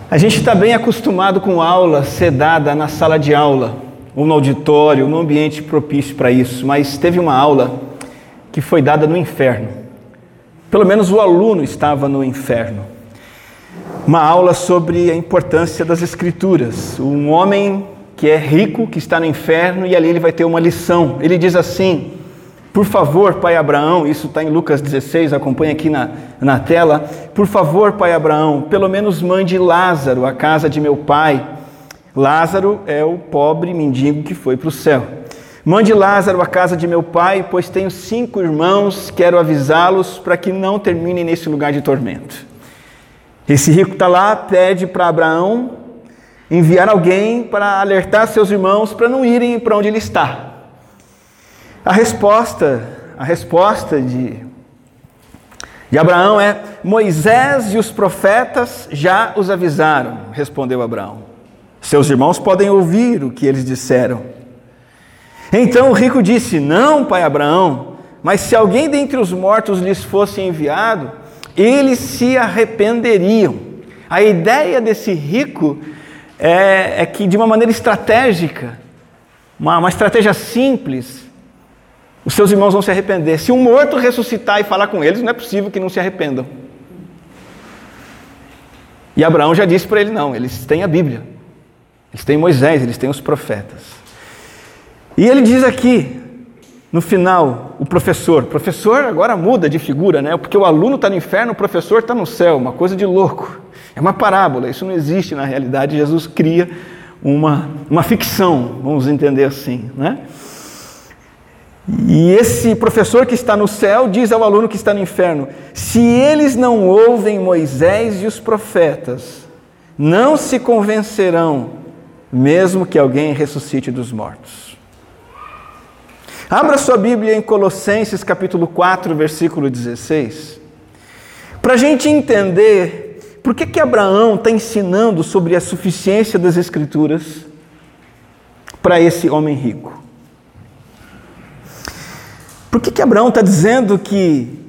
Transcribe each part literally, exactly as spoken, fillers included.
A gente está bem acostumado com aula ser dada na sala de aula, ou no auditório, num ambiente propício para isso, mas teve uma aula que foi dada no inferno. Pelo menos o aluno estava no inferno. Uma aula sobre a importância das Escrituras. Um homem que é rico, que está no inferno, e ali ele vai ter uma lição. Ele diz assim: por favor, pai Abraão, isso está em Lucas dezesseis, acompanha aqui na, na tela. Por favor, pai Abraão, pelo menos mande Lázaro à casa de meu pai. Lázaro é o pobre mendigo que foi para o céu. Mande Lázaro à casa de meu pai, pois tenho cinco irmãos, quero avisá-los para que não terminem nesse lugar de tormento. Esse rico está lá, pede para Abraão enviar alguém para alertar seus irmãos para não irem para onde ele está. A resposta, a resposta de, de Abraão é: Moisés e os profetas já os avisaram, respondeu Abraão. Seus irmãos podem ouvir o que eles disseram. Então o rico disse: não, pai Abraão, mas se alguém dentre os mortos lhes fosse enviado, eles se arrependeriam. A ideia desse rico é, é que, de uma maneira estratégica, uma, uma estratégia simples, os seus irmãos vão se arrepender. Se um morto ressuscitar e falar com eles, não é possível que não se arrependam. E Abraão já disse para ele: não, eles têm a Bíblia, eles têm Moisés, eles têm os profetas. E ele diz aqui, no final, o professor, professor agora muda de figura, né? Porque o aluno está no inferno, o professor está no céu, uma coisa de louco. É uma parábola, isso não existe na realidade. Jesus cria uma, uma ficção, vamos entender assim, né? E esse professor que está no céu diz ao aluno que está no inferno: se eles não ouvem Moisés e os profetas, não se convencerão, mesmo que alguém ressuscite dos mortos. Abra sua Bíblia em Colossenses capítulo quatro, versículo dezesseis, para a gente entender por que que Abraão está ensinando sobre a suficiência das Escrituras para esse homem rico. Por que que Abraão está dizendo que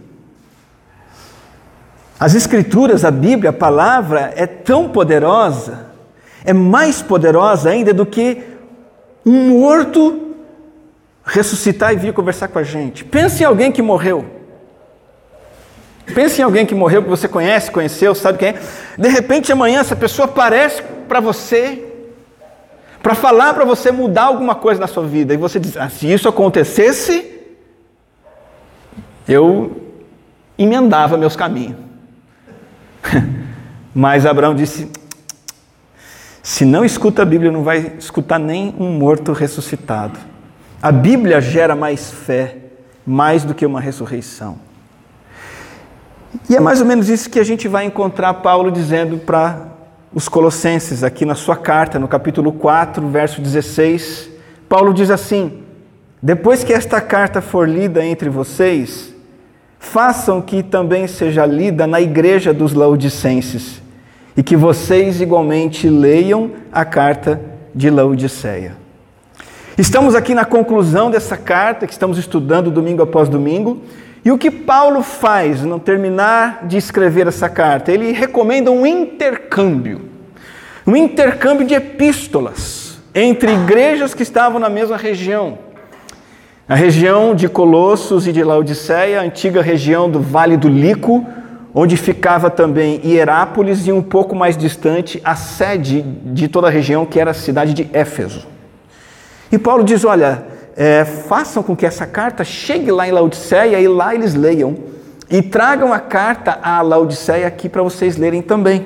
as Escrituras, a Bíblia, a palavra é tão poderosa, é mais poderosa ainda do que um morto ressuscitar e vir conversar com a gente? Pense em alguém que morreu. Pense em alguém que morreu, que você conhece, conheceu, sabe quem é. De repente, amanhã, essa pessoa aparece para você, para falar para você mudar alguma coisa na sua vida. E você diz: ah, se isso acontecesse, eu emendava meus caminhos. Mas Abraão disse: se não escuta a Bíblia, não vai escutar nem um morto ressuscitado. A Bíblia gera mais fé, mais do que uma ressurreição. E é mais ou menos isso que a gente vai encontrar Paulo dizendo para os Colossenses, aqui na sua carta, no capítulo quatro, verso dezesseis. Paulo diz assim: depois que esta carta for lida entre vocês, façam que também seja lida na igreja dos Laodicenses, e que vocês igualmente leiam a carta de Laodiceia. Estamos aqui na conclusão dessa carta que estamos estudando domingo após domingo, e o que Paulo faz no terminar de escrever essa carta? Ele recomenda um intercâmbio, um intercâmbio de epístolas entre igrejas que estavam na mesma região. A região de Colossos e de Laodiceia, a antiga região do Vale do Lico, onde ficava também Hierápolis, e um pouco mais distante a sede de toda a região, que era a cidade de Éfeso. E Paulo diz: olha, é, façam com que essa carta chegue lá em Laodiceia, e lá eles leiam, e tragam a carta a Laodiceia aqui para vocês lerem também.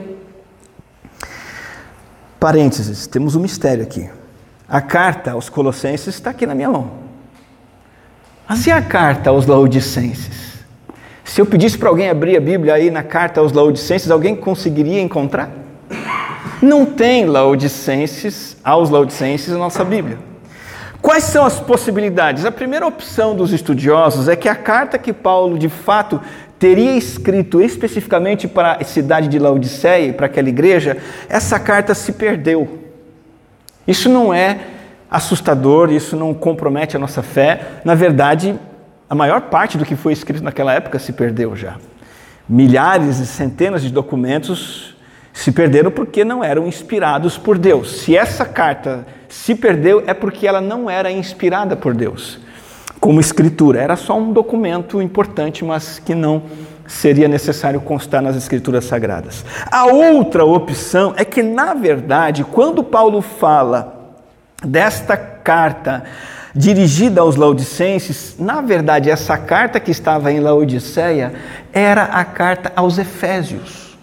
Parênteses, temos um mistério aqui. A carta aos Colossenses está aqui na minha mão. Mas e a carta aos Laodicenses? Se eu pedisse para alguém abrir a Bíblia aí na carta aos Laodicenses, alguém conseguiria encontrar? Não tem Laodicenses, aos Laodicenses na nossa Bíblia. Quais são as possibilidades? A primeira opção dos estudiosos é que a carta que Paulo, de fato, teria escrito especificamente para a cidade de Laodiceia e para aquela igreja, essa carta se perdeu. Isso não é assustador, isso não compromete a nossa fé. Na verdade, a maior parte do que foi escrito naquela época se perdeu já. Milhares e centenas de documentos Se perderam porque não eram inspirados por Deus. Se essa carta se perdeu, é porque ela não era inspirada por Deus. Como escritura, era só um documento importante, mas que não seria necessário constar nas escrituras sagradas. A outra opção é que, na verdade, quando Paulo fala desta carta dirigida aos laodicenses, na verdade, essa carta que estava em Laodiceia era a carta aos Efésios.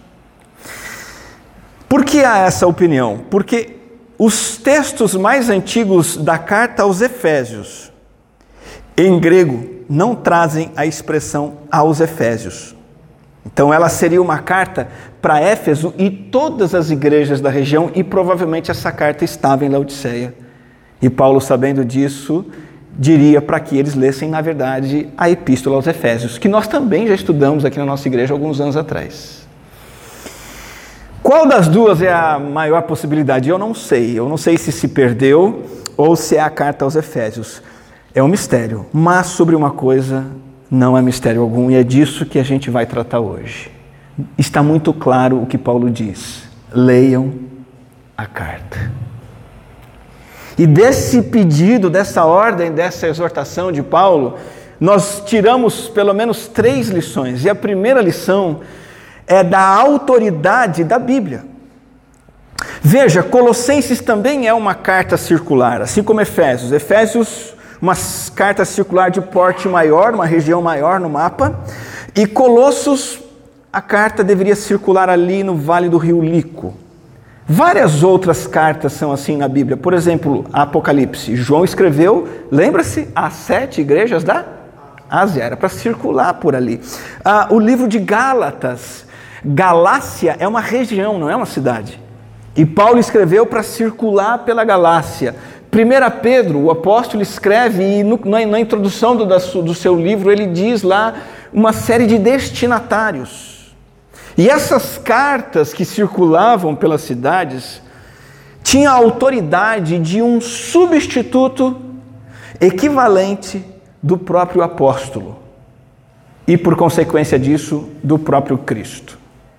Por que há essa opinião? Porque os textos mais antigos da carta aos Efésios, em grego, não trazem a expressão aos Efésios. Então ela seria uma carta para Éfeso e todas as igrejas da região, e provavelmente essa carta estava em Laodiceia. E Paulo, sabendo disso, diria para que eles lessem, na verdade, a Epístola aos Efésios, que nós também já estudamos aqui na nossa igreja alguns anos atrás. Qual das duas é a maior possibilidade? Eu não sei. Eu não sei se se perdeu ou se é a carta aos Efésios. É um mistério, mas sobre uma coisa não é mistério algum, e é disso que a gente vai tratar hoje. Está muito claro o que Paulo diz. Leiam a carta. E desse pedido, dessa ordem, dessa exortação de Paulo, nós tiramos pelo menos três lições. E a primeira lição é da autoridade da Bíblia. Veja, Colossenses também é uma carta circular, assim como Efésios. Efésios, uma carta circular de porte maior, uma região maior no mapa. E Colossos, a carta deveria circular ali no Vale do Rio Lico. Várias outras cartas são assim na Bíblia. Por exemplo, Apocalipse. João escreveu, lembra-se, as sete igrejas da Ásia. Era para circular por ali. Ah, o livro de Gálatas. Galácia é uma região, não é uma cidade. E Paulo escreveu para circular pela Galácia. primeira Pedro, o apóstolo escreve, e no, na, na introdução do, da, do seu livro, ele diz lá uma série de destinatários. E essas cartas que circulavam pelas cidades tinham a autoridade de um substituto equivalente do próprio apóstolo. E, por consequência disso, do próprio Cristo.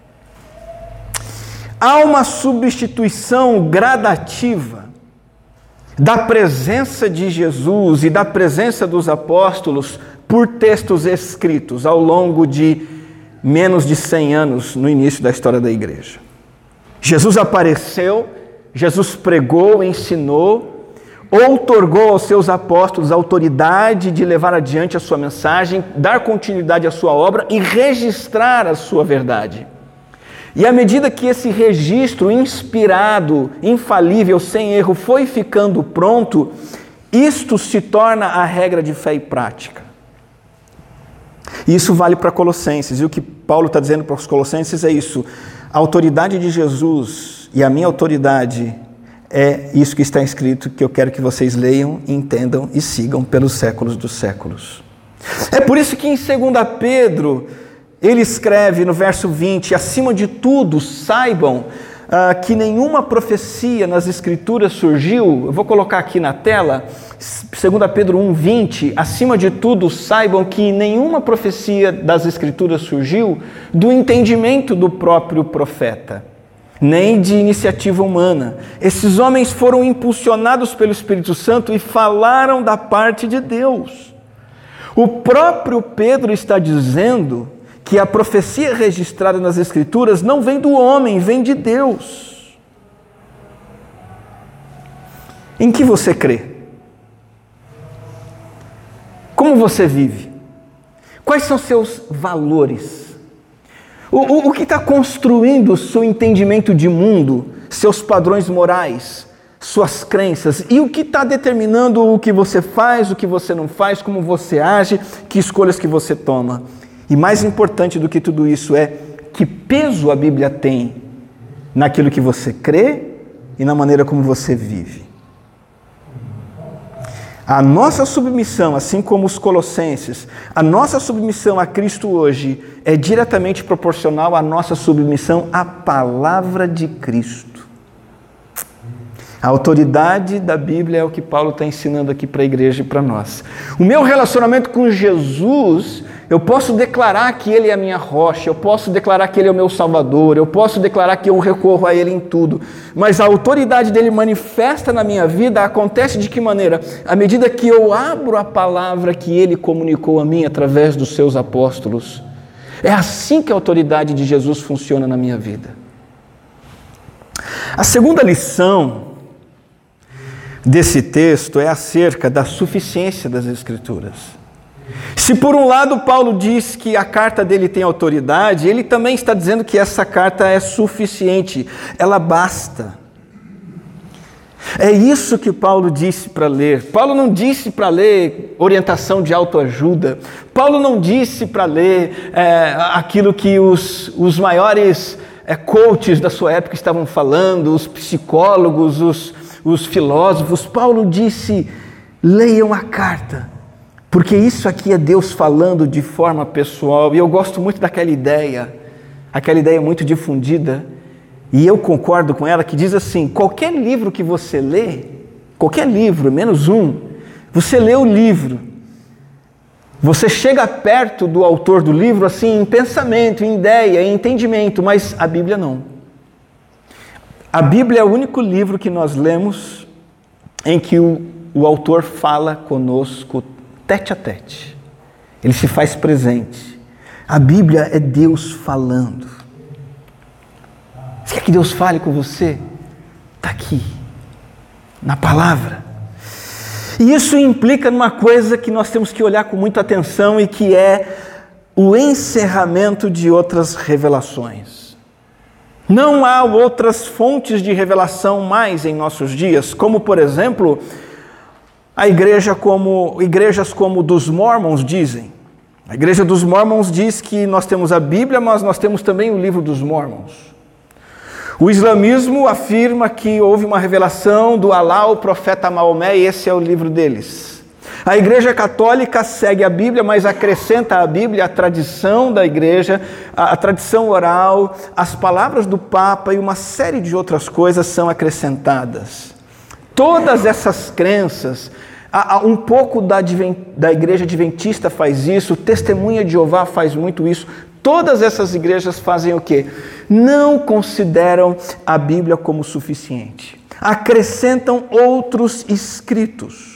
Há uma substituição gradativa da presença de Jesus e da presença dos apóstolos por textos escritos ao longo de menos de cem anos no início da história da igreja. Jesus apareceu, Jesus pregou, ensinou, outorgou aos seus apóstolos a autoridade de levar adiante a sua mensagem, dar continuidade à sua obra e registrar a sua verdade. E à medida que esse registro inspirado, infalível, sem erro, foi ficando pronto, isto se torna a regra de fé e prática. E isso vale para Colossenses, e o que Paulo está dizendo para os Colossenses é isso: a autoridade de Jesus e a minha autoridade é isso que está escrito, que eu quero que vocês leiam, entendam e sigam pelos séculos dos séculos. É por isso que em segunda Pedro, ele escreve no verso vinte, acima de tudo, saibam ah, que nenhuma profecia nas Escrituras surgiu, eu vou colocar aqui na tela, segunda Pedro um, vinte, acima de tudo, saibam que nenhuma profecia das Escrituras surgiu do entendimento do próprio profeta, nem de iniciativa humana. Esses homens foram impulsionados pelo Espírito Santo e falaram da parte de Deus. O próprio Pedro está dizendo que a profecia registrada nas Escrituras não vem do homem, vem de Deus. Em que você crê? Como você vive? Quais são seus valores? O, o, o que está construindo o seu entendimento de mundo, seus padrões morais, suas crenças? E o que está determinando o que você faz, o que você não faz, como você age, que escolhas que você toma? E mais importante do que tudo isso é que peso a Bíblia tem naquilo que você crê e na maneira como você vive. A nossa submissão, assim como os Colossenses, a nossa submissão a Cristo hoje é diretamente proporcional à nossa submissão à palavra de Cristo. A autoridade da Bíblia é o que Paulo está ensinando aqui para a igreja e para nós. O meu relacionamento com Jesus, eu posso declarar que Ele é a minha rocha, eu posso declarar que Ele é o meu Salvador, eu posso declarar que eu recorro a Ele em tudo, mas a autoridade dEle manifesta na minha vida acontece de que maneira? À medida que eu abro a palavra que Ele comunicou a mim através dos seus apóstolos. É assim que a autoridade de Jesus funciona na minha vida. A segunda lição desse texto é acerca da suficiência das Escrituras. Se por um lado Paulo diz que a carta dele tem autoridade, ele também está dizendo que essa carta é suficiente, ela basta. É isso que Paulo disse para ler. Paulo não disse para ler orientação de autoajuda. Paulo não disse para ler é, aquilo que os, os maiores é, coaches da sua época estavam falando, os psicólogos, os os filósofos. Paulo disse, leiam a carta, porque isso aqui é Deus falando de forma pessoal, e eu gosto muito daquela ideia, aquela ideia muito difundida, e eu concordo com ela, que diz assim, qualquer livro que você lê, qualquer livro, menos um, você lê o livro, você chega perto do autor do livro, assim, em pensamento, em ideia, em entendimento, mas a Bíblia não. A Bíblia é o único livro que nós lemos em que o, o autor fala conosco tete a tete. Ele se faz presente. A Bíblia é Deus falando. Você quer que Deus fale com você? Está aqui, na palavra. E isso implica numa coisa que nós temos que olhar com muita atenção e que é o encerramento de outras revelações. Não há outras fontes de revelação mais em nossos dias, como por exemplo, a igreja como, igrejas como dos Mormons dizem. A igreja dos Mormons diz que nós temos a Bíblia, mas nós temos também o livro dos Mormons. O islamismo afirma que houve uma revelação do Alá, o profeta Maomé, e esse é o livro deles. A Igreja Católica segue a Bíblia, mas acrescenta à Bíblia a tradição da igreja, a, a tradição oral, as palavras do Papa e uma série de outras coisas são acrescentadas. Todas essas crenças, a, a, um pouco da, da Igreja Adventista faz isso, Testemunha de Jeová faz muito isso, todas essas igrejas fazem o quê? Não consideram a Bíblia como suficiente. Acrescentam outros escritos.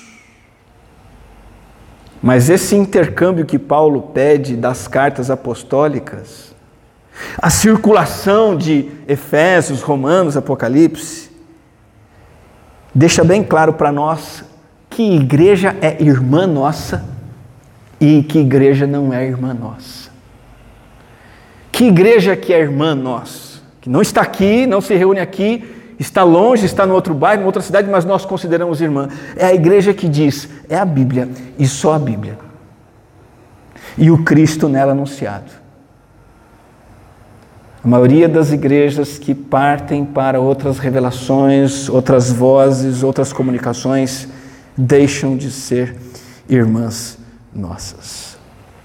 Mas esse intercâmbio que Paulo pede das cartas apostólicas, a circulação de Efésios, Romanos, Apocalipse, deixa bem claro para nós que igreja é irmã nossa e que igreja não é irmã nossa. Que igreja que é irmã nossa, que não está aqui, não se reúne aqui, está longe, está no outro bairro, em outra cidade, mas nós consideramos irmã. É a igreja que diz, é a Bíblia e só a Bíblia. E o Cristo nela anunciado. A maioria das igrejas que partem para outras revelações, outras vozes, outras comunicações, deixam de ser irmãs nossas.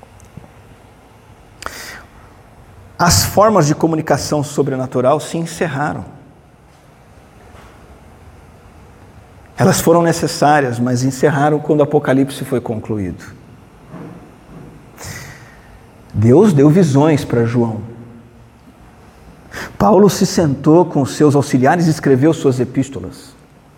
As formas de comunicação sobrenatural se encerraram. Elas foram necessárias, mas encerraram quando o Apocalipse foi concluído. Deus deu visões para João. Paulo se sentou com seus auxiliares e escreveu suas epístolas.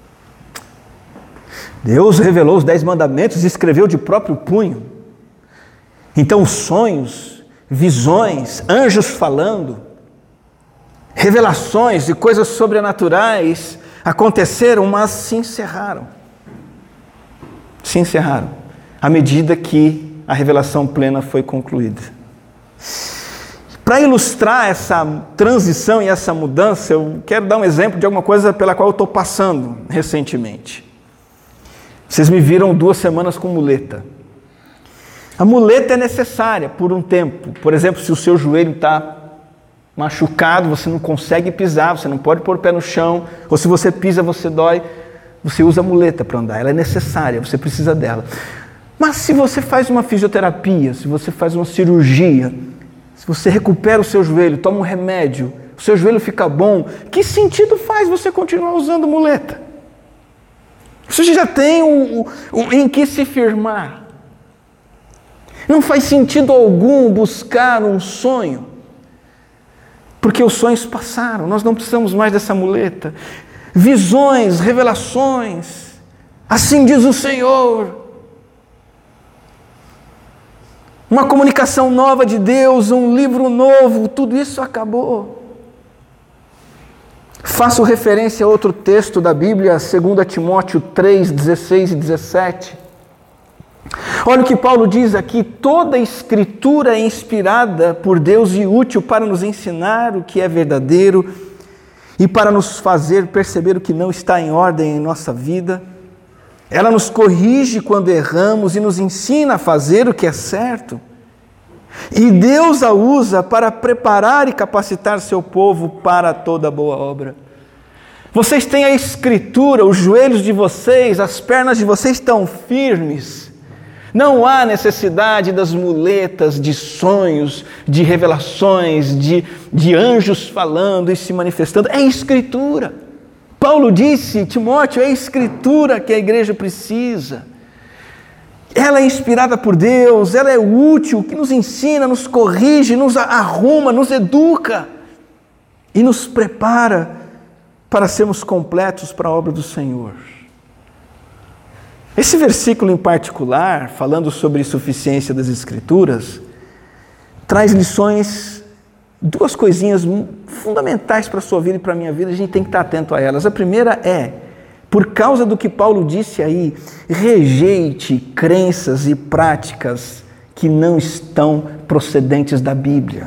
Deus revelou os dez mandamentos e escreveu de próprio punho. Então sonhos, visões, anjos falando, revelações e coisas sobrenaturais aconteceram, mas se encerraram. Se encerraram, à medida que a revelação plena foi concluída. Para ilustrar essa transição e essa mudança, eu quero dar um exemplo de alguma coisa pela qual eu estou passando recentemente. Vocês me viram duas semanas com muleta. A muleta é necessária por um tempo. Por exemplo, se o seu joelho está machucado, você não consegue pisar, você não pode pôr o pé no chão, ou se você pisa, você dói, você usa a muleta para andar, ela é necessária, você precisa dela. Mas se você faz uma fisioterapia, se você faz uma cirurgia, se você recupera o seu joelho, toma um remédio, o seu joelho fica bom, que sentido faz você continuar usando muleta? Você já tem o, o, o, em que se firmar. Não faz sentido algum buscar um sonho, porque os sonhos passaram, nós não precisamos mais dessa muleta. Visões, revelações, assim diz o Senhor. Uma comunicação nova de Deus, um livro novo, tudo isso acabou. Faço referência a outro texto da Bíblia, dois Timóteo três, dezesseis e dezessete. Olha o que Paulo diz aqui: toda a escritura é inspirada por Deus e útil para nos ensinar o que é verdadeiro e para nos fazer perceber o que não está em ordem em nossa vida. Ela nos corrige quando erramos e nos ensina a fazer o que é certo. E Deus a usa para preparar e capacitar seu povo para toda boa obra. Vocês têm a escritura, os joelhos de vocês, as pernas de vocês estão firmes. Não há necessidade das muletas, de sonhos, de revelações, de, de anjos falando e se manifestando. É escritura. Paulo disse, Timóteo, é a escritura que a igreja precisa. Ela é inspirada por Deus, ela é útil, que nos ensina, nos corrige, nos arruma, nos educa e nos prepara para sermos completos para a obra do Senhor. Esse versículo em particular, falando sobre a suficiência das Escrituras, traz lições, duas coisinhas fundamentais para a sua vida e para a minha vida, a gente tem que estar atento a elas. A primeira é, por causa do que Paulo disse aí, rejeite crenças e práticas que não estão procedentes da Bíblia.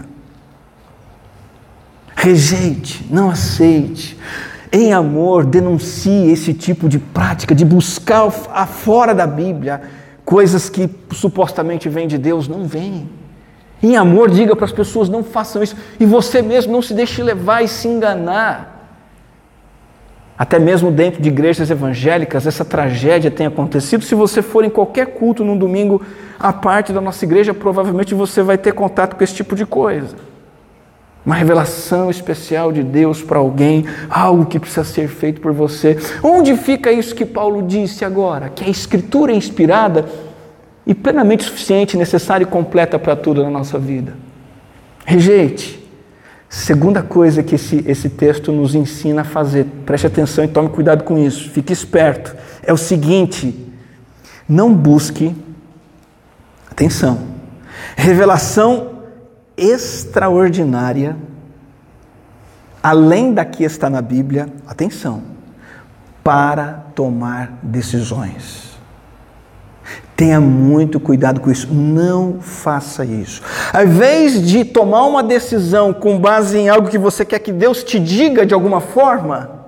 Rejeite, não aceite. Em amor, denuncie esse tipo de prática, de buscar fora da Bíblia coisas que supostamente vêm de Deus, não vêm. Em amor, diga para as pessoas, não façam isso. E você mesmo não se deixe levar e se enganar. Até mesmo dentro de igrejas evangélicas, essa tragédia tem acontecido. Se você for em qualquer culto num domingo à parte da nossa igreja, provavelmente você vai ter contato com esse tipo de coisa. Uma revelação especial de Deus para alguém, algo que precisa ser feito por você. Onde fica isso que Paulo disse agora? Que a Escritura é inspirada e plenamente suficiente, necessária e completa para tudo na nossa vida. Rejeite. Segunda coisa que esse, esse texto nos ensina a fazer, preste atenção e tome cuidado com isso, fique esperto, é o seguinte: não busque, atenção, revelação extraordinária, além da que está na Bíblia, atenção, para tomar decisões. Tenha muito cuidado com isso, não faça isso. Ao invés de tomar uma decisão com base em algo que você quer que Deus te diga de alguma forma,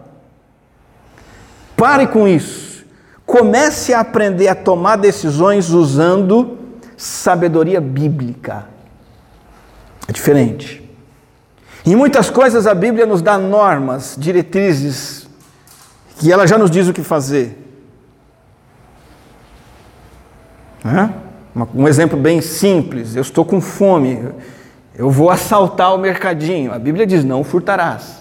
pare com isso. Comece a aprender a tomar decisões usando sabedoria bíblica. É diferente. Em muitas coisas a Bíblia nos dá normas, diretrizes, que ela já nos diz o que fazer. Um exemplo bem simples: eu estou com fome, eu vou assaltar o mercadinho. A Bíblia diz, não furtarás.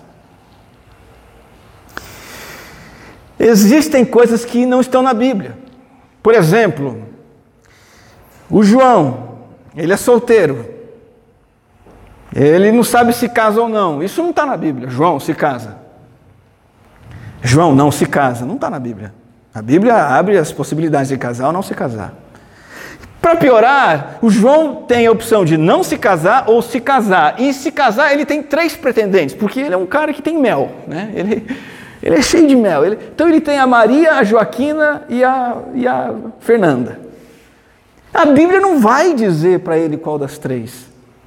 Existem coisas que não estão na Bíblia. Por exemplo, o João, ele é solteiro. Ele não sabe se casa ou não. Isso não está na Bíblia. João se casa. João não se casa. Não está na Bíblia. A Bíblia abre as possibilidades de casar ou não se casar. Para piorar, o João tem a opção de não se casar ou se casar. E se casar, ele tem três pretendentes, porque ele é um cara que tem mel, né? Ele, ele é cheio de mel. Ele, então ele tem a Maria, a Joaquina e a, e a Fernanda. A Bíblia não vai dizer para ele qual das três.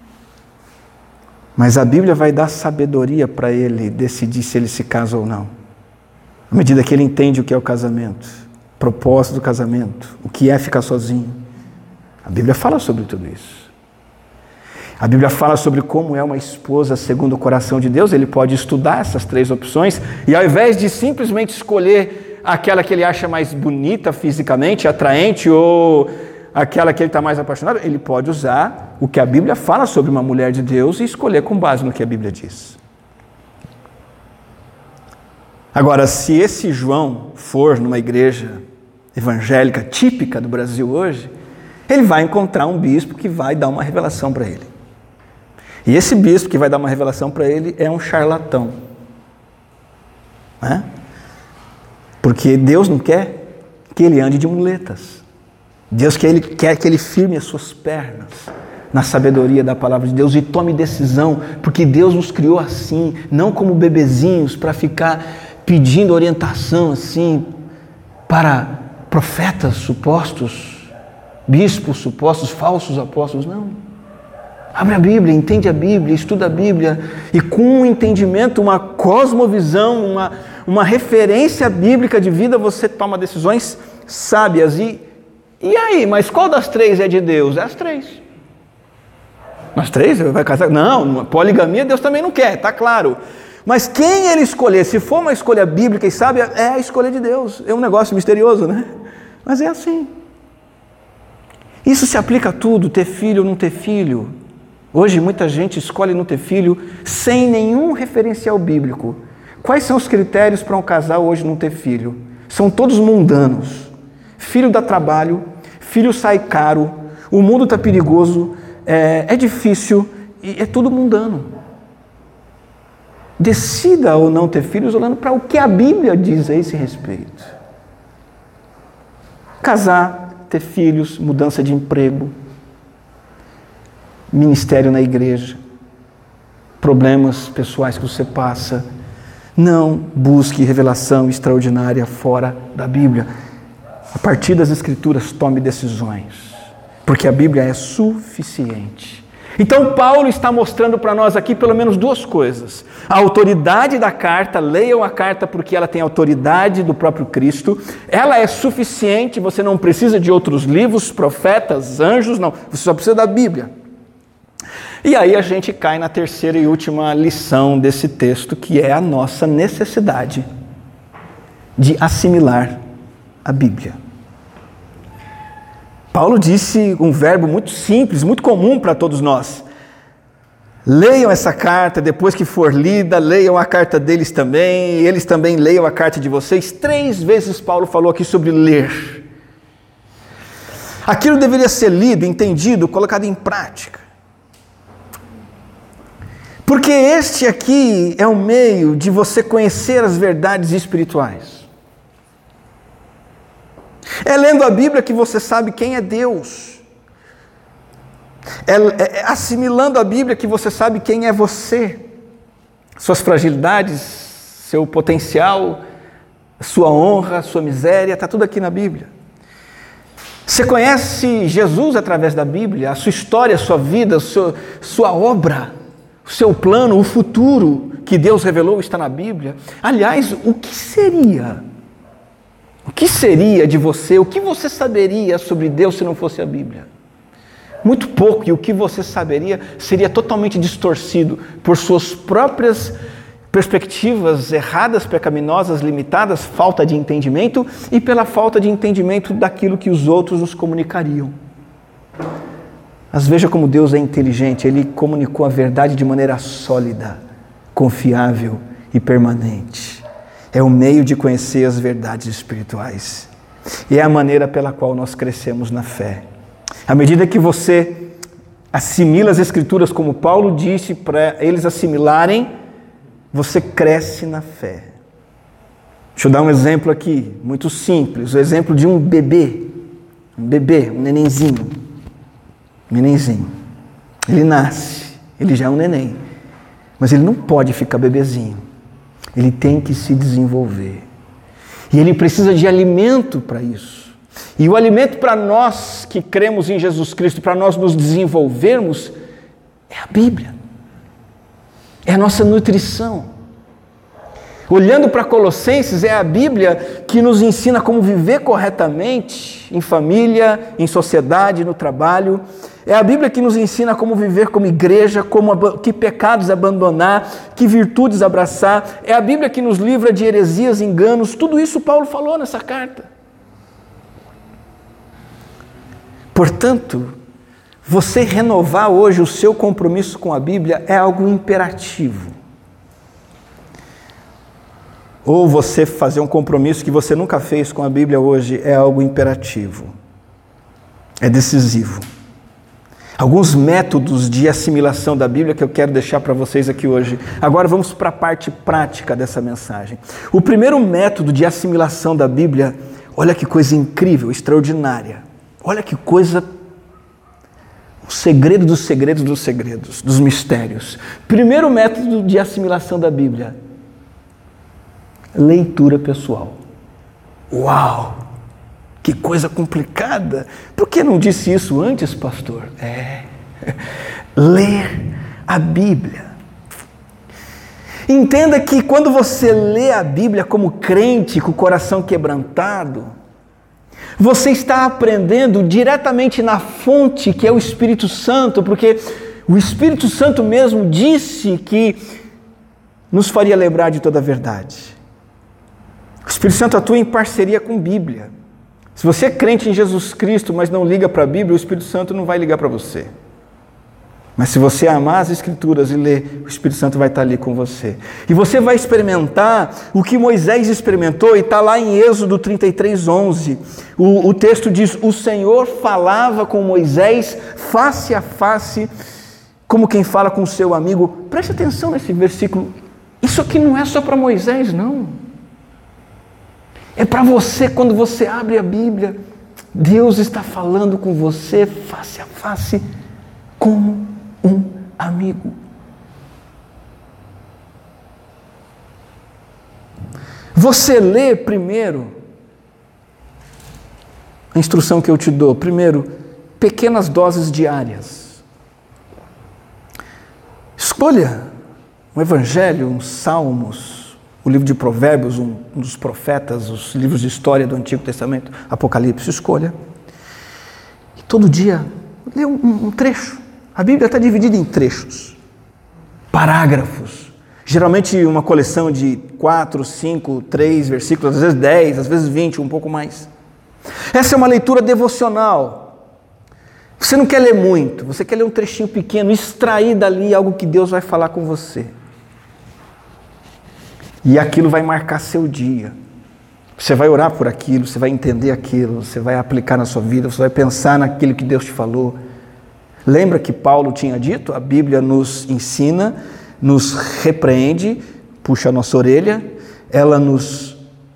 Mas a Bíblia vai dar sabedoria para ele decidir se ele se casa ou não. À medida que ele entende o que é o casamento, o propósito do casamento, o que é ficar sozinho. A Bíblia fala sobre tudo isso. A Bíblia fala sobre como é uma esposa segundo o coração de Deus. Ele pode estudar essas três opções e, ao invés de simplesmente escolher aquela que ele acha mais bonita fisicamente, atraente, ou aquela que ele está mais apaixonado, ele pode usar o que a Bíblia fala sobre uma mulher de Deus e escolher com base no que a Bíblia diz. Agora, se esse João for numa igreja evangélica típica do Brasil hoje, ele vai encontrar um bispo que vai dar uma revelação para ele. E esse bispo que vai dar uma revelação para ele é um charlatão. Né? Porque Deus não quer que ele ande de muletas. Deus quer, ele, quer que ele firme as suas pernas na sabedoria da palavra de Deus e tome decisão, porque Deus nos criou assim, não como bebezinhos para ficar pedindo orientação assim para profetas supostos, bispos supostos, falsos apóstolos, não. Abre a Bíblia, entende a Bíblia, estuda a Bíblia e com um entendimento, uma cosmovisão, uma, uma referência bíblica de vida, você toma decisões sábias. E, e aí, mas qual das três é de Deus? É as três. As três? Vai casar? Não, poligamia Deus também não quer, está claro. Mas quem ele escolher, se for uma escolha bíblica e sábia, é a escolha de Deus. É um negócio misterioso, né? Mas é assim. Isso se aplica a tudo, ter filho ou não ter filho. Hoje muita gente escolhe não ter filho sem nenhum referencial bíblico. Quais são os critérios para um casal hoje não ter filho? São todos mundanos. Filho dá trabalho, filho sai caro, o mundo está perigoso, é, é difícil, e é tudo mundano. Decida ou não ter filhos olhando para o que a Bíblia diz a esse respeito. Casar, ter filhos, mudança de emprego, ministério na igreja, problemas pessoais que você passa. Não busque revelação extraordinária fora da Bíblia. A partir das Escrituras, tome decisões, porque a Bíblia é suficiente. Então Paulo está mostrando para nós aqui pelo menos duas coisas. A autoridade da carta, leiam a carta porque ela tem autoridade do próprio Cristo. Ela é suficiente, você não precisa de outros livros, profetas, anjos, não. Você só precisa da Bíblia. E aí a gente cai na terceira e última lição desse texto, que é a nossa necessidade de assimilar a Bíblia. Paulo disse um verbo muito simples, muito comum para todos nós. Leiam essa carta, depois que for lida, leiam a carta deles também, e eles também leiam a carta de vocês. Três vezes Paulo falou aqui sobre ler. Aquilo deveria ser lido, entendido, colocado em prática. Porque este aqui é o meio de você conhecer as verdades espirituais. É lendo a Bíblia que você sabe quem é Deus. É, é, é assimilando a Bíblia que você sabe quem é você. Suas fragilidades, seu potencial, sua honra, sua miséria, está tudo aqui na Bíblia. Você conhece Jesus através da Bíblia, a sua história, a sua vida, a sua, sua obra. O seu plano, o futuro que Deus revelou está na Bíblia. Aliás, o que seria? O que seria de você? O que você saberia sobre Deus se não fosse a Bíblia? Muito pouco, e o que você saberia seria totalmente distorcido por suas próprias perspectivas erradas, pecaminosas, limitadas, falta de entendimento e pela falta de entendimento daquilo que os outros nos comunicariam. Mas veja como Deus é inteligente, Ele comunicou a verdade de maneira sólida, confiável e permanente. É o meio de conhecer as verdades espirituais. E é a maneira pela qual nós crescemos na fé. À medida que você assimila as Escrituras, como Paulo disse, para eles assimilarem, você cresce na fé. Deixa eu dar um exemplo aqui, muito simples. O exemplo de um bebê. Um bebê, um nenenzinho. Nenenzinho, ele nasce, ele já é um neném, mas ele não pode ficar bebezinho, ele tem que se desenvolver, e ele precisa de alimento para isso, e o alimento para nós que cremos em Jesus Cristo, para nós nos desenvolvermos, é a Bíblia, é a nossa nutrição. Olhando para Colossenses, é a Bíblia que nos ensina como viver corretamente em família, em sociedade, no trabalho. É a Bíblia que nos ensina como viver como igreja, como, que pecados abandonar, que virtudes abraçar. É a Bíblia que nos livra de heresias, enganos. Tudo isso Paulo falou nessa carta. Portanto, você renovar hoje o seu compromisso com a Bíblia é algo imperativo. ou você fazer um compromisso que você nunca fez com a Bíblia hoje, é algo imperativo, é decisivo. Alguns métodos de assimilação da Bíblia que eu quero deixar para vocês aqui hoje. Agora vamos para a parte prática dessa mensagem. O primeiro método de assimilação da Bíblia, olha que coisa incrível, extraordinária. Olha que coisa, o segredo dos segredos dos segredos, dos mistérios. Primeiro método de assimilação da Bíblia, leitura pessoal. Uau! Que coisa complicada! Por que não disse isso antes, pastor? É, ler a Bíblia. Entenda que quando você lê a Bíblia como crente, com o coração quebrantado, você está aprendendo diretamente na fonte que é o Espírito Santo, porque o Espírito Santo mesmo disse que nos faria lembrar de toda a verdade. O Espírito Santo atua em parceria com a Bíblia. Se você é crente em Jesus Cristo, mas não liga para a Bíblia, o Espírito Santo não vai ligar para você. Mas se você amar as Escrituras e ler, o Espírito Santo vai estar ali com você. E você vai experimentar o que Moisés experimentou, e está lá em Êxodo trinta e três, onze. O, o texto diz, o Senhor falava com Moisés face a face, como quem fala com o seu amigo. Preste atenção nesse versículo. Isso aqui não é só para Moisés, não. É para você. Quando você abre a Bíblia, Deus está falando com você face a face, como um amigo. Você lê primeiro, a instrução que eu te dou, primeiro, pequenas doses diárias. Escolha um evangelho, uns salmos, o livro de Provérbios, um, um dos profetas, os livros de história do Antigo Testamento, Apocalipse, escolha. E todo dia, lê um, um trecho. A Bíblia está dividida em trechos, parágrafos. Geralmente uma coleção de quatro, cinco, três versículos, às vezes dez, às vezes vinte, um pouco mais. Essa é uma leitura devocional. Você não quer ler muito, você quer ler um trechinho pequeno, extrair dali algo que Deus vai falar com você. E aquilo vai marcar seu dia. Você vai orar por aquilo, você vai entender aquilo, você vai aplicar na sua vida, você vai pensar naquilo que Deus te falou. Lembra que Paulo tinha dito? A Bíblia nos ensina, nos repreende, puxa a nossa orelha, ela nos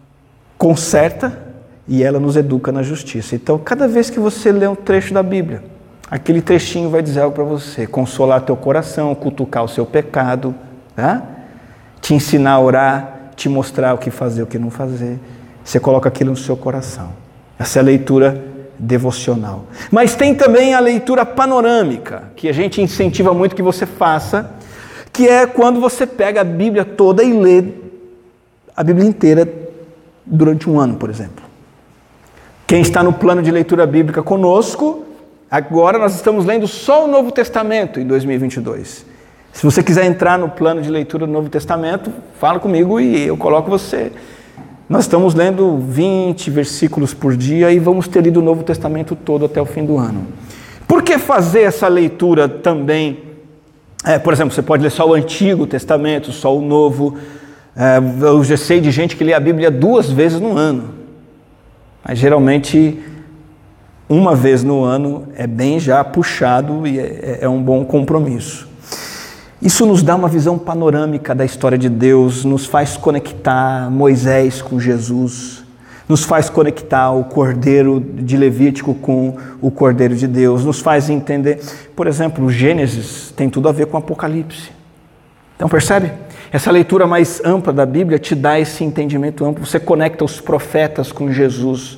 conserta e ela nos educa na justiça. Então, cada vez que você lê um trecho da Bíblia, aquele trechinho vai dizer algo para você, consolar teu coração, cutucar o seu pecado, tá? Te ensinar a orar, te mostrar o que fazer, o que não fazer. Você coloca aquilo no seu coração. Essa é a leitura devocional. Mas tem também a leitura panorâmica, que a gente incentiva muito que você faça, que é quando você pega a Bíblia toda e lê a Bíblia inteira durante um ano, por exemplo. Quem está no plano de leitura bíblica conosco, agora nós estamos lendo só o Novo Testamento em dois mil e vinte e dois. Se você quiser entrar no plano de leitura do Novo Testamento, fala comigo e eu coloco você. Nós estamos lendo vinte versículos por dia e vamos ter lido o Novo Testamento todo até o fim do ano. Por que fazer essa leitura também? É, por exemplo, você pode ler só o Antigo Testamento, só o Novo. É, eu já sei de gente que lê a Bíblia duas vezes no ano. Mas geralmente, uma vez no ano é bem já puxado e é, é um bom compromisso. Isso nos dá uma visão panorâmica da história de Deus, nos faz conectar Moisés com Jesus, nos faz conectar o Cordeiro de Levítico com o Cordeiro de Deus, nos faz entender, por exemplo, o Gênesis tem tudo a ver com o Apocalipse. Então percebe? Essa leitura mais ampla da Bíblia te dá esse entendimento amplo, você conecta os profetas com Jesus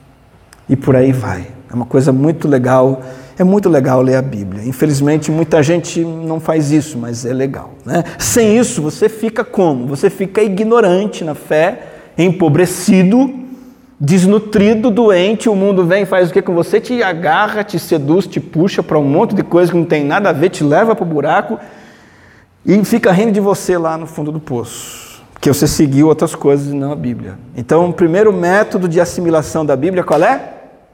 e por aí vai. É uma coisa muito legal. É muito legal ler a Bíblia. Infelizmente, muita gente não faz isso, mas é legal, né? Sem isso, você fica como? Você fica ignorante na fé, empobrecido, desnutrido, doente. O mundo vem e faz o que com você? Te agarra, te seduz, te puxa para um monte de coisa que não tem nada a ver, te leva para o buraco e fica rindo de você lá no fundo do poço, porque você seguiu outras coisas e não a Bíblia. Então, o primeiro método de assimilação da Bíblia, qual é?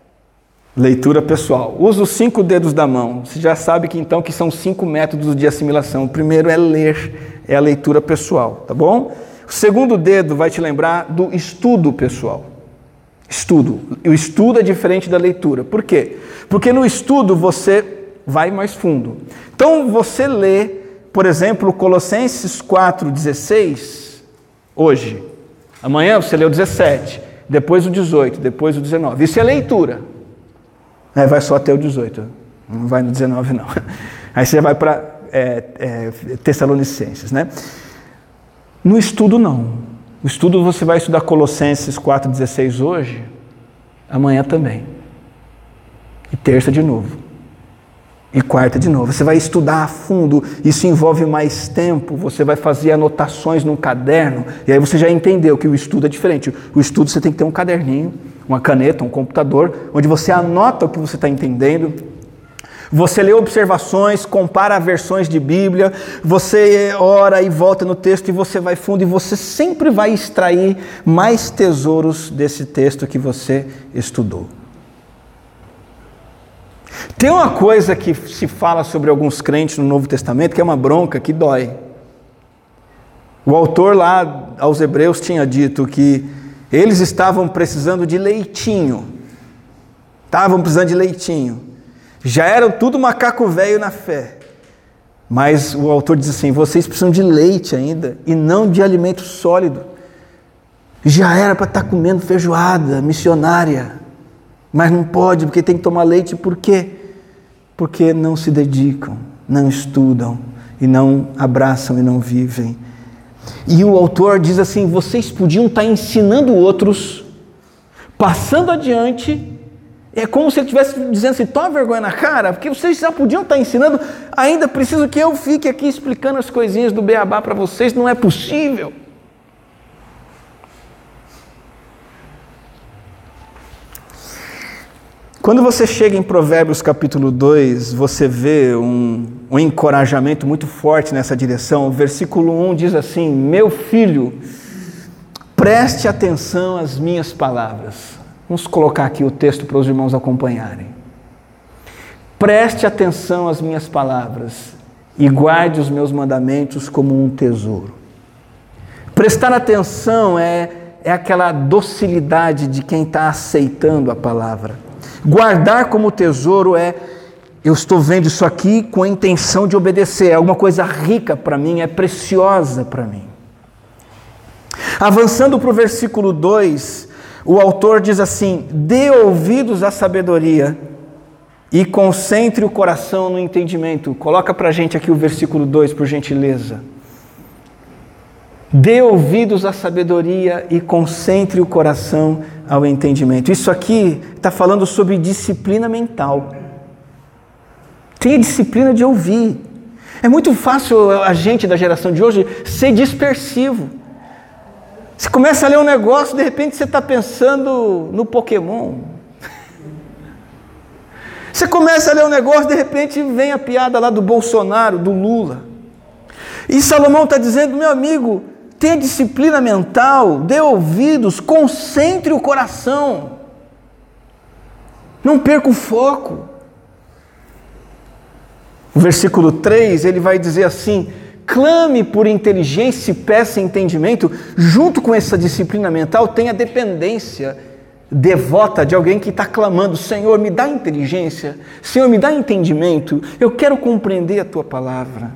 Leitura pessoal. Usa os cinco dedos da mão. Você já sabe que então que são cinco métodos de assimilação. O primeiro é ler, é a leitura pessoal, tá bom? O O segundo dedo vai te lembrar do estudo pessoal. Estudo. O estudo é diferente da leitura. Por quê? Porque no estudo você vai mais fundo. Então você lê, por exemplo, Colossenses quatro, dezesseis, hoje. Amanhã você lê o dezessete, depois o dezoito, depois o dezenove. Isso é leitura. É, vai só até o dezoito. Não vai no dezenove, não. Aí você vai para é, é, Tessalonicenses, né? No estudo, não. No estudo você vai estudar Colossenses quatro, dezesseis hoje, amanhã também. E terça de novo. E quarta de novo. Você vai estudar a fundo, isso envolve mais tempo, você vai fazer anotações num caderno, e aí você já entendeu que o estudo é diferente. O estudo você tem que ter um caderninho, uma caneta, um computador, onde você anota o que você está entendendo. Você lê observações, compara versões de Bíblia, você ora e volta no texto e você vai fundo e você sempre vai extrair mais tesouros desse texto que você estudou. Tem uma coisa que se fala sobre alguns crentes no Novo Testamento que é uma bronca que dói. O autor lá aos Hebreus tinha dito que eles estavam precisando de leitinho. Estavam precisando de leitinho. Já eram tudo macaco velho na fé. Mas o autor diz assim, vocês precisam de leite ainda e não de alimento sólido. Já era para estar comendo feijoada missionária, mas não pode porque tem que tomar leite. Por quê? Porque não se dedicam, não estudam e não abraçam e não vivem. E o autor diz assim, vocês podiam estar ensinando outros, passando adiante. É como se ele estivesse dizendo assim, toma vergonha na cara, porque vocês já podiam estar ensinando, ainda preciso que eu fique aqui explicando as coisinhas do beabá para vocês, não é possível. Quando você chega em Provérbios capítulo dois, você vê um, um encorajamento muito forte nessa direção. O versículo um diz assim, meu filho, preste atenção às minhas palavras. Vamos colocar aqui o texto para os irmãos acompanharem. Preste atenção às minhas palavras e guarde os meus mandamentos como um tesouro. Prestar atenção é, é aquela docilidade de quem está aceitando a palavra. Guardar como tesouro é, eu estou vendo isso aqui com a intenção de obedecer, é alguma coisa rica para mim, é preciosa para mim. Avançando para o versículo dois, o autor diz assim, dê ouvidos à sabedoria e concentre o coração no entendimento. Coloca para a gente aqui o versículo dois, por gentileza. Dê ouvidos à sabedoria e concentre o coração ao entendimento. Isso aqui está falando sobre disciplina mental. Tenha disciplina de ouvir. É muito fácil a gente da geração de hoje ser dispersivo. Você começa a ler um negócio, de repente você está pensando no Pokémon. Você começa a ler um negócio, de repente vem a piada lá do Bolsonaro, do Lula. E Salomão está dizendo, meu amigo, tenha disciplina mental, dê ouvidos, concentre o coração. Não perca o foco. O versículo três, ele vai dizer assim, clame por inteligência e peça entendimento. Junto com essa disciplina mental, tem a dependência devota de alguém que está clamando, Senhor, me dá inteligência, Senhor, me dá entendimento, eu quero compreender a Tua palavra.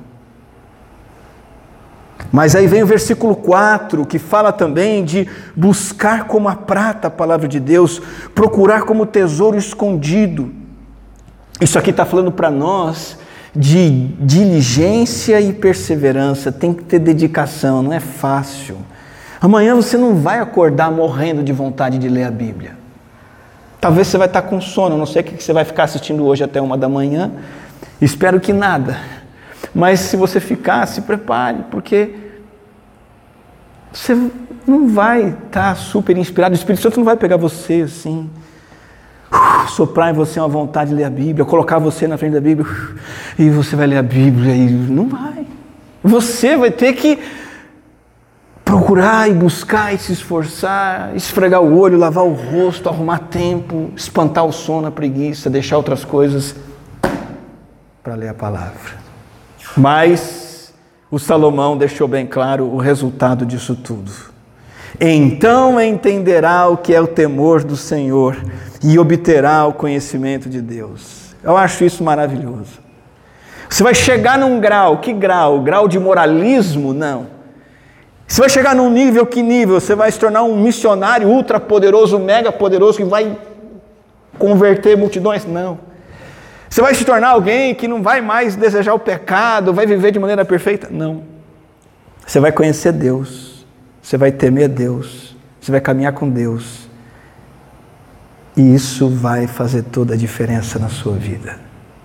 Mas aí vem o versículo quatro, que fala também de buscar como a prata a palavra de Deus, procurar como tesouro escondido. Isso aqui está falando para nós de diligência e perseverança, tem que ter dedicação, não é fácil. Amanhã você não vai acordar morrendo de vontade de ler a Bíblia. Talvez você vai estar com sono, não sei o que você vai ficar assistindo hoje até uma da manhã, espero que nada. Mas se você ficar, se prepare, porque você não vai estar super inspirado, o Espírito Santo não vai pegar você assim, soprar em você uma vontade de ler a Bíblia, colocar você na frente da Bíblia, e você vai ler a Bíblia, e não vai. Você vai ter que procurar e buscar e se esforçar, esfregar o olho, lavar o rosto, arrumar tempo, espantar o sono, a preguiça, deixar outras coisas para ler a palavra. Mas o Salomão deixou bem claro o resultado disso tudo. Então entenderá o que é o temor do Senhor e obterá o conhecimento de Deus. Eu acho isso maravilhoso. Você vai chegar num grau, que grau? Grau de moralismo? Não. Você vai chegar num nível, que nível? Você vai se tornar um missionário ultra poderoso, mega poderoso, que vai converter multidões? Não. Você vai se tornar alguém que não vai mais desejar o pecado, vai viver de maneira perfeita? Não. Você vai conhecer Deus, você vai temer Deus, você vai caminhar com Deus. E isso vai fazer toda a diferença na sua vida.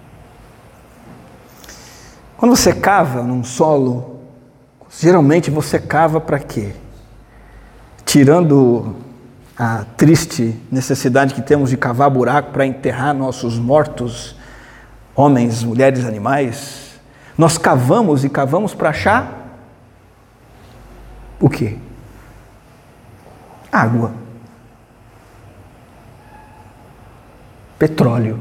Quando você cava num solo, geralmente você cava para quê? Tirando a triste necessidade que temos de cavar buraco para enterrar nossos mortos, homens, mulheres, animais, nós cavamos e cavamos para achar o quê? Água, petróleo,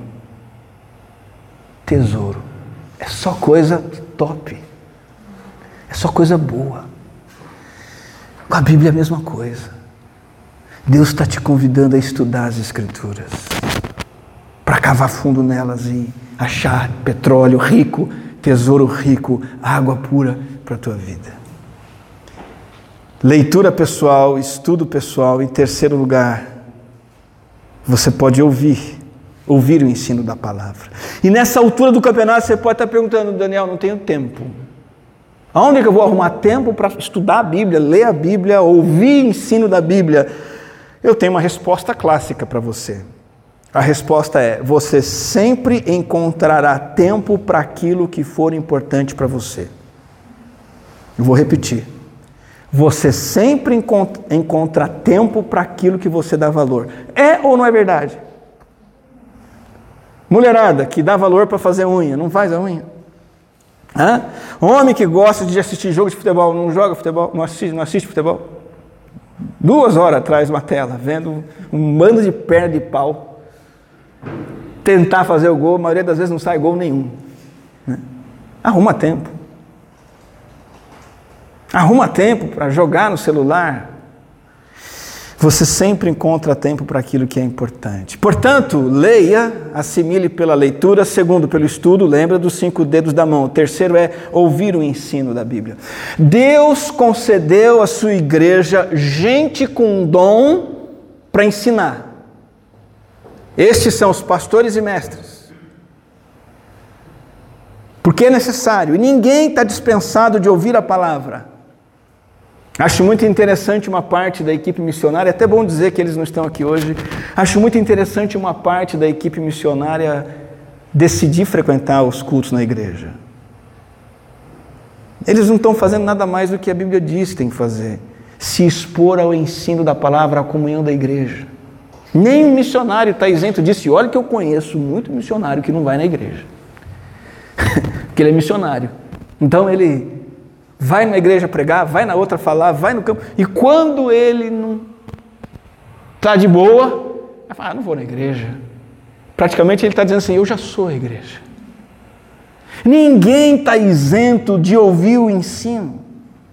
tesouro. É só coisa top, é só coisa boa. Com a Bíblia é a mesma coisa. Deus está te convidando a estudar as Escrituras, para cavar fundo nelas e achar petróleo rico, tesouro rico, água pura para a tua vida. Leitura pessoal, estudo pessoal. Em terceiro lugar, você pode ouvir, ouvir o ensino da palavra. E nessa altura do campeonato você pode estar perguntando: Daniel, não tenho tempo. Aonde é que eu vou arrumar tempo para estudar a Bíblia, ler a Bíblia, ouvir o ensino da Bíblia? Eu tenho uma resposta clássica para você. A resposta é: você sempre encontrará tempo para aquilo que for importante para você. Eu vou repetir. Você sempre encontra, encontra tempo para aquilo que você dá valor. É ou não é verdade? Mulherada que dá valor para fazer unha, não faz a unha? Hã? Homem que gosta de assistir jogo de futebol, não joga futebol, não assiste, não assiste futebol? Duas horas atrás de uma tela, vendo um bando de perna de pau tentar fazer o gol, a maioria das vezes não sai gol nenhum. Né? Arruma tempo. Arruma tempo para jogar no celular. Você sempre encontra tempo para aquilo que é importante. Portanto, leia, assimile pela leitura. Segundo, pelo estudo, lembra dos cinco dedos da mão. O terceiro é ouvir o ensino da Bíblia. Deus concedeu à sua igreja gente com dom para ensinar. Estes são os pastores e mestres. Porque é necessário. E ninguém está dispensado de ouvir a palavra. Acho muito interessante uma parte da equipe missionária, é até bom dizer que eles não estão aqui hoje. Acho muito interessante uma parte da equipe missionária decidir frequentar os cultos na igreja. Eles não estão fazendo nada mais do que a Bíblia diz que tem que fazer. Se expor ao ensino da palavra, à comunhão da igreja. Nenhum missionário está isento disso. E olha que eu conheço muito missionário que não vai na igreja. Porque ele é missionário. Então ele vai na igreja pregar, vai na outra falar, vai no campo. E quando ele não está de boa, vai falar: ah, não vou na igreja. Praticamente ele está dizendo assim: eu já sou a igreja. Ninguém está isento de ouvir o ensino.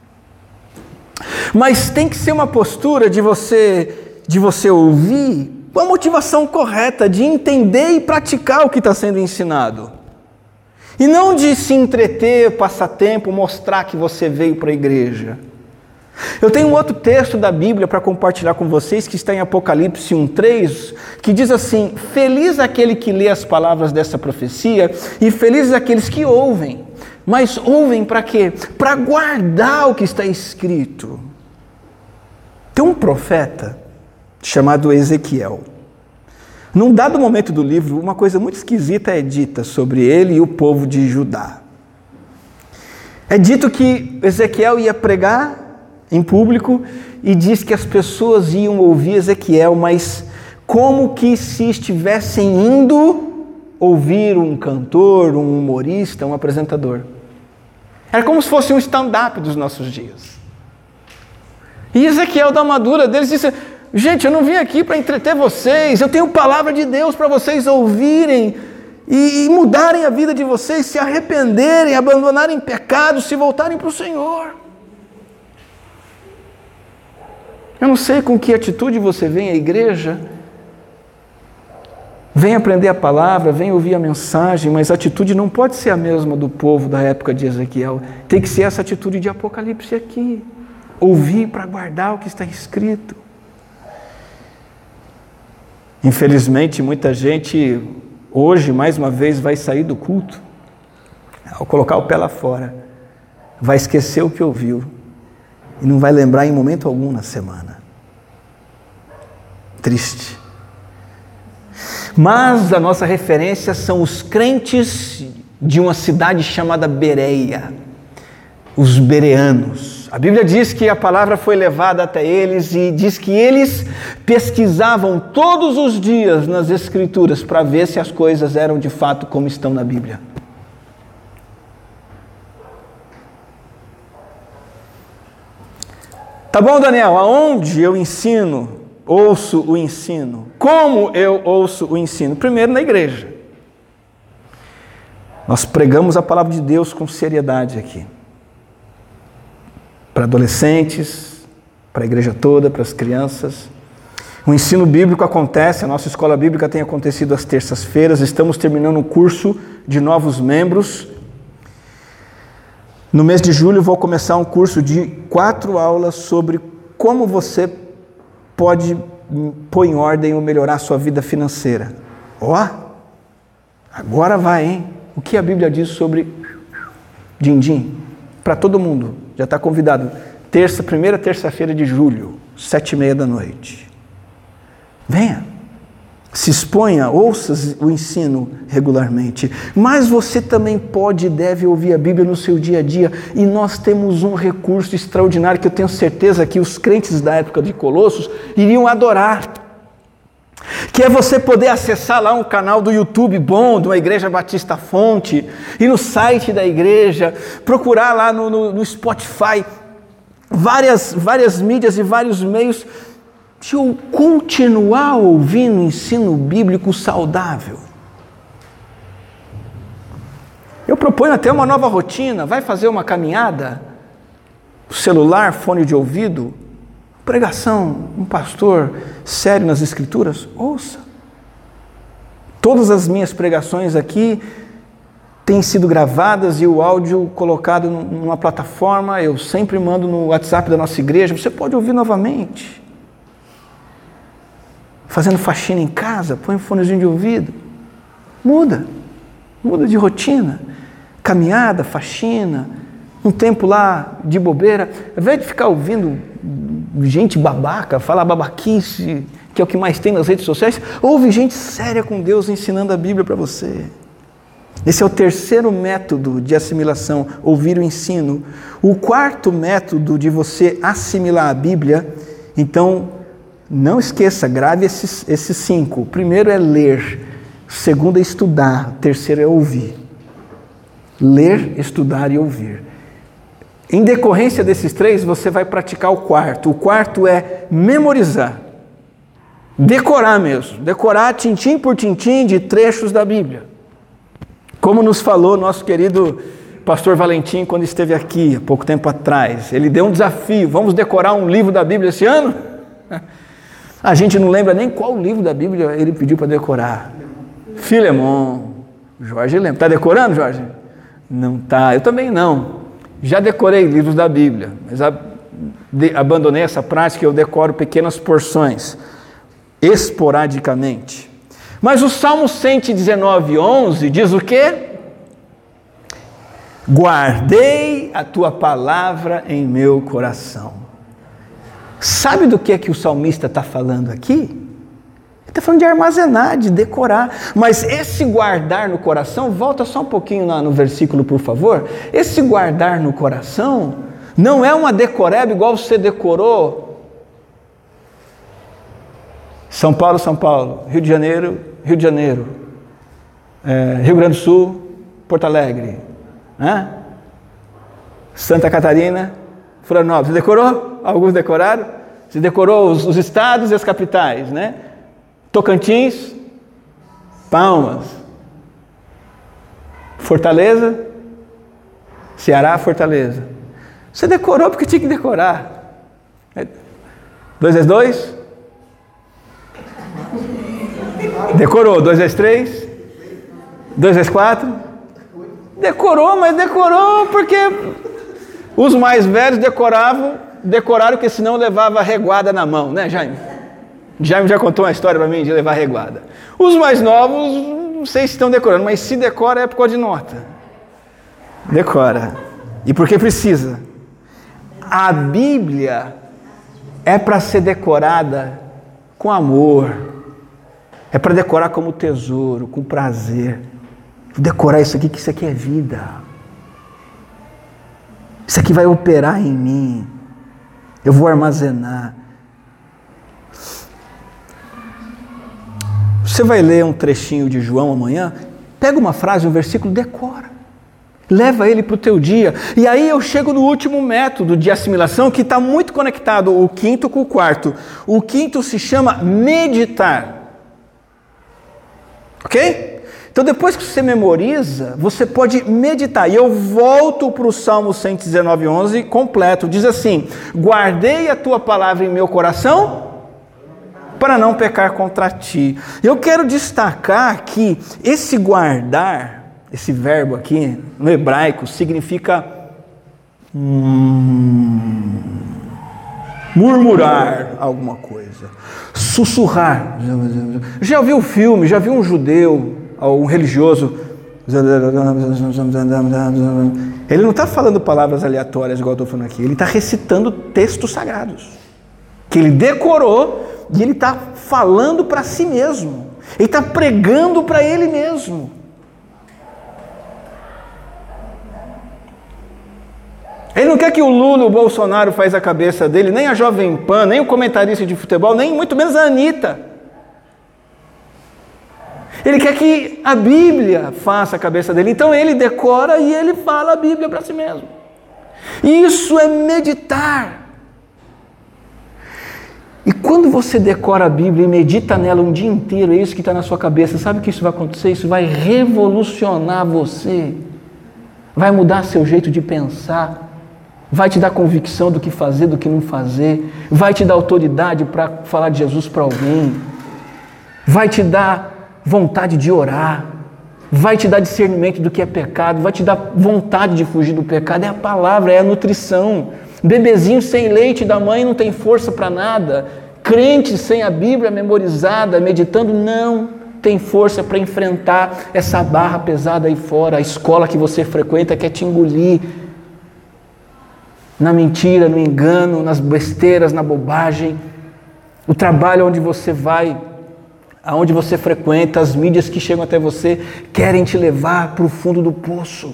Mas tem que ser uma postura de você, de você ouvir com a motivação correta, de entender e praticar o que está sendo ensinado. E não de se entreter, passar tempo, mostrar que você veio para a igreja. Eu tenho um outro texto da Bíblia para compartilhar com vocês, que está em Apocalipse um, três, que diz assim: feliz aquele que lê as palavras dessa profecia, e felizes aqueles que ouvem. Mas ouvem para quê? Para guardar o que está escrito. Tem um profeta chamado Ezequiel. Num dado momento do livro, uma coisa muito esquisita é dita sobre ele e o povo de Judá. É dito que Ezequiel ia pregar em público e diz que as pessoas iam ouvir Ezequiel, mas como que se estivessem indo ouvir um cantor, um humorista, um apresentador. Era como se fosse um stand-up dos nossos dias. E Ezequiel dá uma dura deles e disse: gente, eu não vim aqui para entreter vocês, eu tenho palavra de Deus para vocês ouvirem. e mudarem a vida de vocês, se arrependerem, abandonarem pecados, se voltarem para o Senhor. Eu não sei com que atitude você vem à igreja, vem aprender a palavra, vem ouvir a mensagem, mas a atitude não pode ser a mesma do povo da época de Ezequiel. Tem que ser essa atitude de Apocalipse aqui. Ouvir para guardar o que está escrito. Infelizmente, muita gente hoje, mais uma vez, vai sair do culto, ao colocar o pé lá fora, vai esquecer o que ouviu e não vai lembrar em momento algum na semana. Triste. Mas a nossa referência são os crentes de uma cidade chamada Bereia, os bereanos. A Bíblia diz que a palavra foi levada até eles e diz que eles pesquisavam todos os dias nas Escrituras para ver se as coisas eram de fato como estão na Bíblia. Tá bom, Daniel, aonde eu ensino? Ouço o ensino. Como eu ouço o ensino? Primeiro na igreja. Nós pregamos a palavra de Deus com seriedade aqui. Para adolescentes, para a igreja toda, para as crianças. O ensino bíblico acontece, a nossa escola bíblica tem acontecido às terças-feiras, estamos terminando um curso de novos membros. No mês de julho vou começar um curso de quatro aulas sobre como você pode pôr em ordem ou melhorar a sua vida financeira. Ó, agora vai, hein? O que a Bíblia diz sobre din-din? Para todo mundo, já está convidado. Terça, primeira terça-feira de julho, sete e meia da noite. Venha, se exponha, ouça o ensino regularmente. Mas você também pode e deve ouvir a Bíblia no seu dia a dia. E nós temos um recurso extraordinário que eu tenho certeza que os crentes da época de Colossos iriam adorar. Que é você poder acessar lá um canal do YouTube bom, de uma Igreja Batista Fonte, e no site da igreja, procurar lá no, no, no Spotify, várias, várias mídias e vários meios, de eu continuar ouvindo ensino bíblico saudável. Eu proponho até uma nova rotina, vai fazer uma caminhada, celular, fone de ouvido, pregação, um pastor sério nas Escrituras, ouça. Todas as minhas pregações aqui têm sido gravadas e o áudio colocado numa plataforma, eu sempre mando no WhatsApp da nossa igreja, você pode ouvir novamente. Fazendo faxina em casa, põe um fonezinho de ouvido. Muda, muda de rotina. Caminhada, faxina, um tempo lá de bobeira. Ao invés de ficar ouvindo gente babaca, falar babaquice, que é o que mais tem nas redes sociais, ouve gente séria com Deus ensinando a Bíblia para você. Esse é o terceiro método de assimilação, ouvir o ensino. O quarto método de você assimilar a Bíblia, então, não esqueça, grave esses, esses cinco. O primeiro é ler, o segundo é estudar, o terceiro é ouvir. Ler, estudar e ouvir. Em decorrência desses três, você vai praticar o quarto. O quarto é memorizar. Decorar mesmo. Decorar tintim por tintim de trechos da Bíblia. Como nos falou nosso querido pastor Valentim quando esteve aqui, há pouco tempo atrás. Ele deu um desafio. Vamos decorar um livro da Bíblia esse ano? A gente não lembra nem qual livro da Bíblia ele pediu para decorar. Filemon. Jorge lembra. Está decorando, Jorge? Não está. Eu também não. Já decorei livros da Bíblia, mas a, de, abandonei essa prática e eu decoro pequenas porções, esporadicamente. Mas o Salmo cento e dezenove, onze diz o quê? Guardei a tua palavra em meu coração. Sabe do que é que o salmista está falando aqui? Ele está falando de armazenar, de decorar. Mas esse guardar no coração, volta só um pouquinho lá no versículo, por favor. Esse guardar no coração não é uma decoreba igual você decorou. São Paulo, São Paulo, Rio de Janeiro, Rio de Janeiro, é, Rio Grande do Sul, Porto Alegre, né? Santa Catarina, Florianópolis. Você decorou? Alguns decoraram? Você decorou os, os estados e as capitais, né? Tocantins, Palmas, Fortaleza, Ceará, Fortaleza. Você decorou porque tinha que decorar. dois vezes dois? Decorou. dois vezes três? dois vezes quatro? Decorou, mas decorou porque os mais velhos decoravam, decoraram porque senão levava reguada na mão, né, Jaime? Jaime já contou uma história para mim de levar reguada. Os mais novos, não sei se estão decorando, mas se decora é por causa de nota. Decora. E porque precisa. A Bíblia é para ser decorada com amor. É para decorar como tesouro, com prazer. Vou decorar isso aqui, que isso aqui é vida. Isso aqui vai operar em mim. Eu vou armazenar. Você vai ler um trechinho de João amanhã, pega uma frase, um versículo, decora. Leva ele para o teu dia. E aí eu chego no último método de assimilação que está muito conectado, o quinto com o quarto. O quinto se chama meditar. Ok? Então depois que você memoriza, você pode meditar. E eu volto para o Salmo cento e dezenove, onze, completo. Diz assim: guardei a tua palavra em meu coração para não pecar contra ti. Eu quero destacar que esse guardar, esse verbo aqui, no hebraico, significa hum, murmurar alguma coisa, sussurrar. Já viu um filme, já viu um judeu, um religioso, ele não está falando palavras aleatórias igual eu estou falando aqui, ele está recitando textos sagrados, que ele decorou, e ele está falando para si mesmo, ele está pregando para ele mesmo. Ele não quer que o Lula, o Bolsonaro faz a cabeça dele, nem a Jovem Pan, nem o comentarista de futebol, nem muito menos a Anitta. Ele quer que a Bíblia faça a cabeça dele. Então ele decora e ele fala a Bíblia para si mesmo. Isso é meditar. E quando você decora a Bíblia e medita nela um dia inteiro, é isso que está na sua cabeça, sabe o que isso vai acontecer? Isso vai revolucionar você. Vai mudar seu jeito de pensar. Vai te dar convicção do que fazer, do que não fazer. Vai te dar autoridade para falar de Jesus para alguém. Vai te dar vontade de orar. Vai te dar discernimento do que é pecado. Vai te dar vontade de fugir do pecado. É a palavra, é a nutrição. Bebezinho sem leite da mãe não tem força para nada. Crente sem a Bíblia memorizada, meditando, não tem força para enfrentar essa barra pesada aí fora. A escola que você frequenta quer te engolir na mentira, no engano, nas besteiras, na bobagem. O trabalho onde você vai, aonde você frequenta, as mídias que chegam até você querem te levar para o fundo do poço,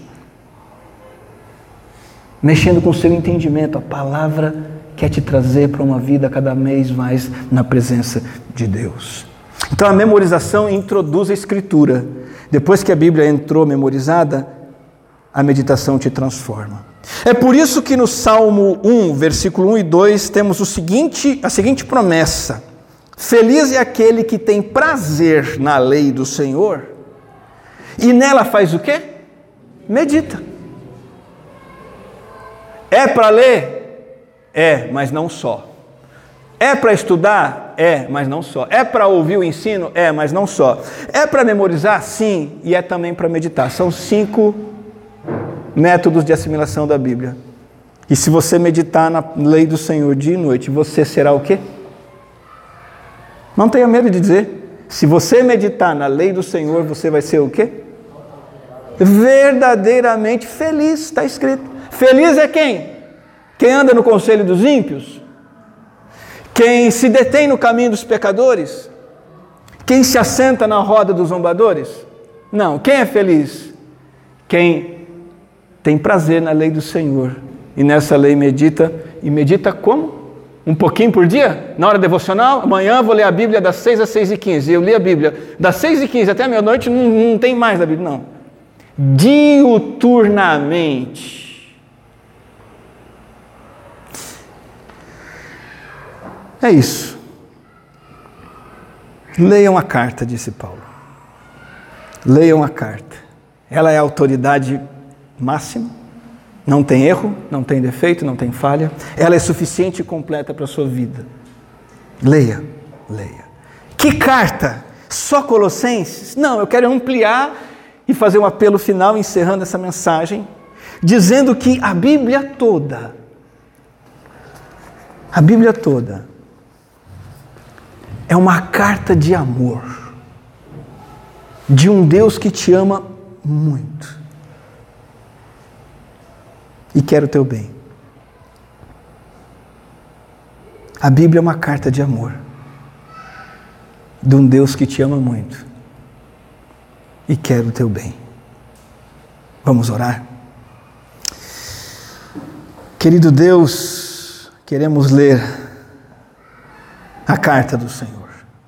mexendo com o seu entendimento. A palavra quer te trazer para uma vida cada vez mais na presença de Deus. Então a memorização introduz a Escritura. Depois que a Bíblia entrou memorizada, a meditação te transforma. É por isso que no Salmo um, versículo um e dois, temos o seguinte, a seguinte promessa: feliz é aquele que tem prazer na lei do Senhor, e nela faz o quê? Medita. É para ler? É, mas não só. É para estudar? É, mas não só. É para ouvir o ensino? É, mas não só. É para memorizar? Sim, e é também para meditar. São cinco métodos de assimilação da Bíblia. E se você meditar na lei do Senhor dia e noite, você será o quê? Não tenha medo de dizer. Se você meditar na lei do Senhor, você vai ser o quê? Verdadeiramente feliz, está escrito. Feliz é quem? Quem anda no conselho dos ímpios? Quem se detém no caminho dos pecadores? Quem se assenta na roda dos zombadores? Não, quem é feliz? Quem tem prazer na lei do Senhor, e nessa lei medita, e medita como? Um pouquinho por dia? Na hora devocional? Amanhã vou ler a Bíblia das seis às seis e quinze, eu li a Bíblia das seis e quinze até a meia-noite, não, não tem mais da Bíblia, não. Diuturnamente. É isso. Leiam a carta, disse Paulo. Leiam a carta. Ela é a autoridade máxima, não tem erro, não tem defeito, não tem falha. Ela é suficiente e completa para a sua vida. Leia, leia. Que carta? Só Colossenses? Não, eu quero ampliar e fazer um apelo final, encerrando essa mensagem, dizendo que a Bíblia toda, a Bíblia toda, é uma carta de amor, de um Deus que te ama muito e quer o teu bem. A Bíblia é uma carta de amor, de um Deus que te ama muito e quer o teu bem. Vamos orar? Querido Deus, queremos ler a carta do Senhor.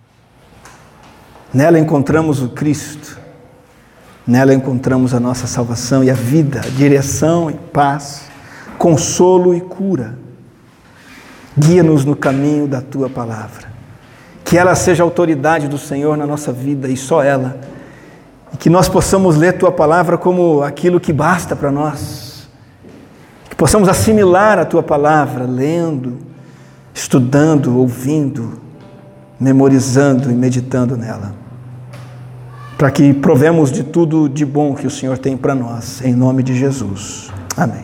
Nela encontramos o Cristo, nela encontramos a nossa salvação e a vida, a direção e paz, consolo e cura. Guia-nos no caminho da Tua palavra. Que ela seja a autoridade do Senhor na nossa vida e só ela. E que nós possamos ler Tua palavra como aquilo que basta para nós. Que possamos assimilar a Tua palavra, lendo, estudando, ouvindo, memorizando e meditando nela. Para que provemos de tudo de bom que o Senhor tem para nós. Em nome de Jesus. Amém.